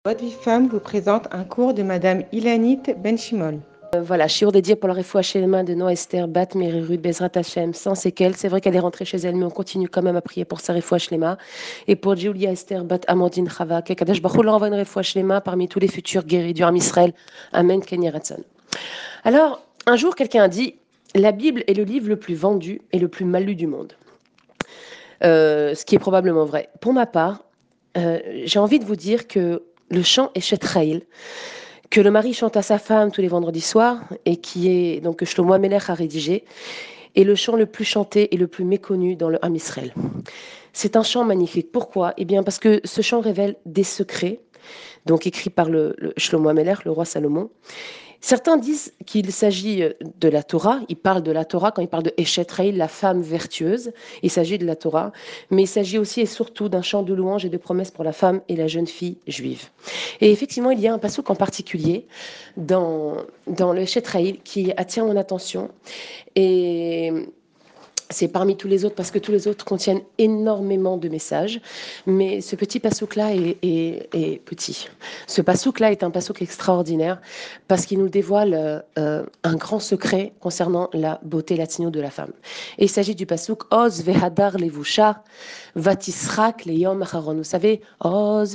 Votre vie femme vous présente un cours de Madame Ilanit Benchimol. Voilà, shiur dédié pour la refoua chez les mains de Noa Esther Bat Merirut Bezrat Hashem, sans séquelles. C'est vrai qu'elle est rentrée chez elle, mais on continue quand même à prier pour sa refoua shlema. Et pour Julia Esther Bat Amandine Chava, que Kadosh Baruch Hu leur envoie une refoua shlema parmi tous les futurs guéris du Ham Israël. Amen, Ken Yeratzon. Alors, un jour, quelqu'un a dit, la Bible est le livre le plus vendu et le plus mal lu du monde. Ce qui est probablement vrai. Pour ma part, j'ai envie de vous dire que le chant Eshet Chayil, que le mari chante à sa femme tous les vendredis soirs et qui est donc que Shlomo Amelech a rédigé, est le chant le plus chanté et le plus méconnu dans le Ham Israël. C'est un chant magnifique. Pourquoi? Eh bien parce que ce chant révèle des secrets, donc écrit par le Shlomo Amelech, le roi Salomon. Certains disent qu'il s'agit de la Torah. Ils parlent de la Torah quand ils parlent de Eshet Chayil, la femme vertueuse. Il s'agit de la Torah. Mais il s'agit aussi et surtout d'un chant de louange et de promesses pour la femme et la jeune fille juive. Et effectivement, il y a un passouk en particulier dans le Eshet Chayil qui attire mon attention. Et c'est parmi tous les autres parce que tous les autres contiennent énormément de messages. Mais ce petit passouk-là est petit. Ce passouk-là est un passouk extraordinaire parce qu'il nous dévoile un grand secret concernant la beauté latino de la femme. Et il s'agit du passouk Oz vehadar levusha vatisrak leyom acharon. Vous savez, Oz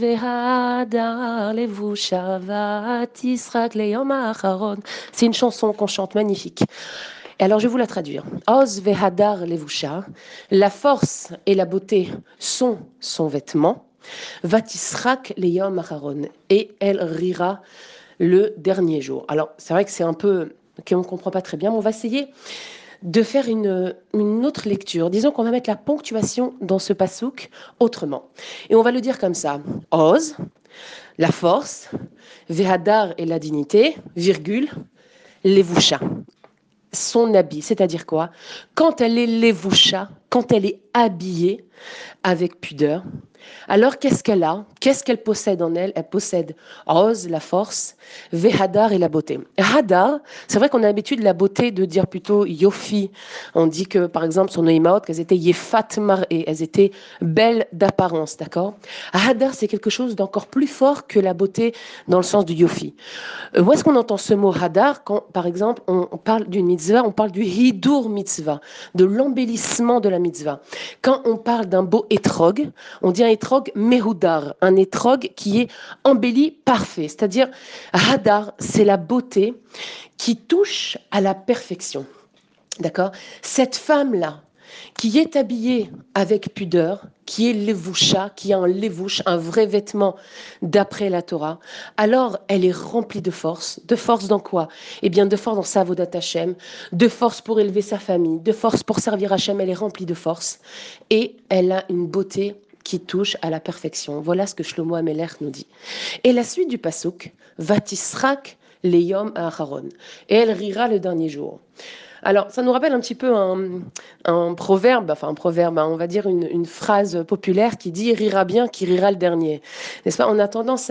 vehadar levusha vatisrak leyom acharon. C'est une chanson qu'on chante magnifique. Et alors je vais vous la traduire. Oz vehadar levusha, la force et la beauté sont son vêtement. Vatisrak leyom acharon, et elle rira le dernier jour. Alors c'est vrai que c'est un peu qu'on ne comprend pas très bien, mais on va essayer de faire une autre lecture. Disons qu'on va mettre la ponctuation dans ce passouk autrement. Et on va le dire comme ça. Oz, la force, vehadar et la dignité, virgule, levusha, son habit, c'est-à-dire quoi? Quand elle est levusha, quand elle est habillée avec pudeur, alors qu'est-ce qu'elle a? Qu'est-ce qu'elle possède en elle? Elle possède Oz, la force, Vehadar et la beauté. Hadar, c'est vrai qu'on a l'habitude de la beauté de dire plutôt Yofi. On dit que, par exemple, sur nos Imaot, qu'elles étaient Yefat Mar'e, elles étaient belles d'apparence, d'accord? Hadar, c'est quelque chose d'encore plus fort que la beauté dans le sens du Yofi. Où est-ce qu'on entend ce mot Hadar quand, par exemple, on parle d'une mitzvah, on parle du Hidur mitzvah, de l'embellissement de la mitzvah. Quand on parle d'un beau étrog, on dit un étrog mehudar, un étrog qui est embelli parfait. C'est-à-dire, Hadar, c'est la beauté qui touche à la perfection. D'accord? Cette femme-là, qui est habillée avec pudeur, qui est levoucha, qui a un levouche, un vrai vêtement d'après la Torah, alors elle est remplie de force. De force dans quoi? Eh bien, de force dans sa Avodat Hashem, de force pour élever sa famille, de force pour servir Hashem, elle est remplie de force. Et elle a une beauté qui touche à la perfection. Voilà ce que Shlomo Amelech nous dit. Et la suite du pasuk, Vatisrak leyom aharon. Et elle rira le dernier jour. Alors, ça nous rappelle un petit peu un proverbe, enfin un proverbe, on va dire une phrase populaire qui dit « rira bien qui rira le dernier ». N'est-ce pas? On a tendance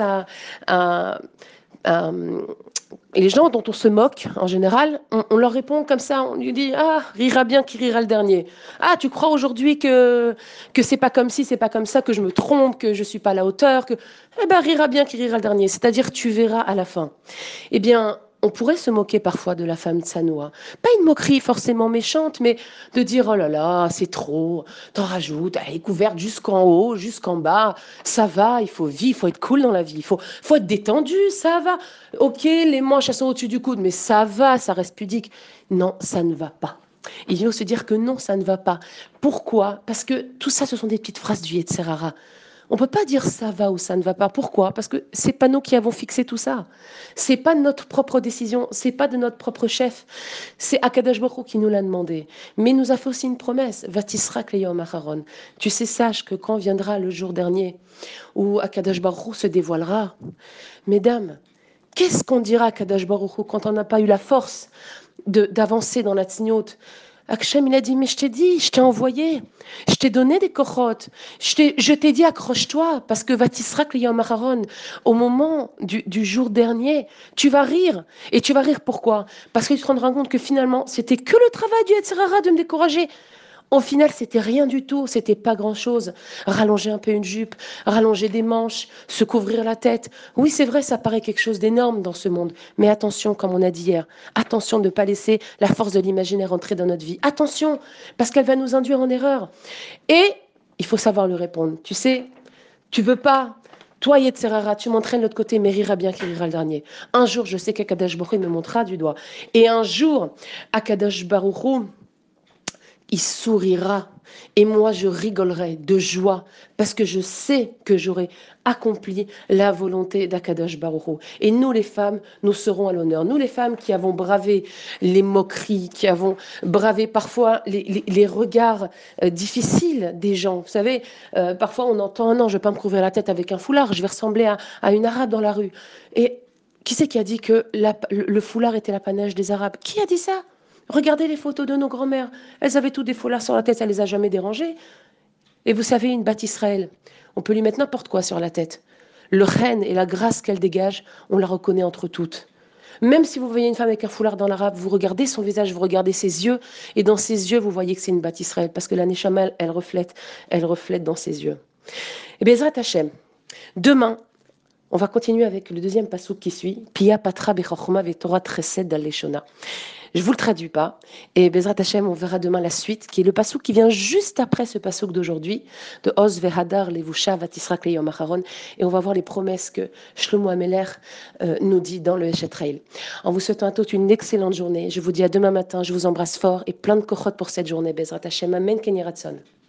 à et les gens dont on se moque, en général, on leur répond comme ça, on lui dit « Ah, rira bien qui rira le dernier ». Ah, tu crois aujourd'hui que c'est pas comme ci, c'est pas comme ça, que je me trompe, que je suis pas à la hauteur, que... Eh ben, rira bien qui rira le dernier, c'est-à-dire tu verras à la fin. Eh bien, on pourrait se moquer parfois de la femme tsanoua. Pas une moquerie forcément méchante, mais de dire oh là là, c'est trop, t'en rajoutes, elle est couverte jusqu'en haut, jusqu'en bas, ça va, il faut vivre, il faut être cool dans la vie, faut être détendu, ça va. Ok, les manches elles sont au-dessus du coude, mais ça va, ça reste pudique. Non, ça ne va pas. Il faut se dire que non, ça ne va pas. Pourquoi? Parce que tout ça, ce sont des petites phrases du Yetzirara. On ne peut pas dire ça va ou ça ne va pas. Pourquoi? Parce que c'est pas nous qui avons fixé tout ça. C'est pas notre propre décision. C'est pas de notre propre chef. C'est Akadosh Baruch Hu qui nous l'a demandé. Mais il nous a fait aussi une promesse. Vatisrak leyom acharon. Tu sais, sache que quand viendra le jour dernier où Akadosh Baruch Hu se dévoilera, mesdames, qu'est-ce qu'on dira à Akadosh Baruch Hu quand on n'a pas eu la force d'avancer dans la tzniut? Hachem, il a dit, mais je t'ai dit, je t'ai envoyé, je t'ai donné des kochot, je t'ai dit accroche-toi, parce que Vatisrak liyom acharon, au moment du jour dernier, tu vas rire. Et tu vas rire pourquoi? Parce que tu te rendras compte que finalement, c'était que le travail du Yetzirara de me décourager. Au final, c'était rien du tout, c'était pas grand-chose. Rallonger un peu une jupe, rallonger des manches, se couvrir la tête. Oui, c'est vrai, ça paraît quelque chose d'énorme dans ce monde. Mais attention, comme on a dit hier, attention de ne pas laisser la force de l'imaginaire entrer dans notre vie. Attention, parce qu'elle va nous induire en erreur. Et il faut savoir lui répondre. Tu sais, tu veux pas. Toi, Yetzerara, tu m'entraînes de l'autre côté, mais rira bien qui rira le dernier. Un jour, je sais qu'Akadash Baruch Hu me montrera du doigt. Et un jour, Akadash Baruch Hu, il sourira. Et moi, je rigolerai de joie parce que je sais que j'aurai accompli la volonté d'Akadosh Baruch Hu. Et nous, les femmes, nous serons à l'honneur. Nous, les femmes qui avons bravé les moqueries, qui avons bravé parfois les regards difficiles des gens. Vous savez, parfois on entend, non, je ne vais pas me couvrir la tête avec un foulard, je vais ressembler à une arabe dans la rue. Et qui c'est qui a dit que le foulard était l'apanage des arabes? Qui a dit ça? Regardez les photos de nos grands-mères. Elles avaient tous des foulards sur la tête, ça les a jamais dérangées. Et vous savez, une Bat Israël, on peut lui mettre n'importe quoi sur la tête. Le reine et la grâce qu'elle dégage, on la reconnaît entre toutes. Même si vous voyez une femme avec un foulard dans l'arabe, vous regardez son visage, vous regardez ses yeux, et dans ses yeux, vous voyez que c'est une Bat Israël, parce que la Neshama, elle reflète dans ses yeux. Et Bezrat Hashem, demain, on va continuer avec le deuxième passouk qui suit, Pia Patra Bechachoma Vetorah Tresed Daleshona. Je ne vous le traduis pas. Et Bezrat Hashem, on verra demain la suite, qui est le passouk qui vient juste après ce passouk d'aujourd'hui, de Oz Vehadar Levusha Vatisra Kleyom Acharon. Et on va voir les promesses que Shlomo Ameler nous dit dans le Eshetraïl. En vous souhaitant à tous une excellente journée. Je vous dis à demain matin. Je vous embrasse fort et plein de kochot pour cette journée. Bezrat Hashem. Amen. Kenny Ratson.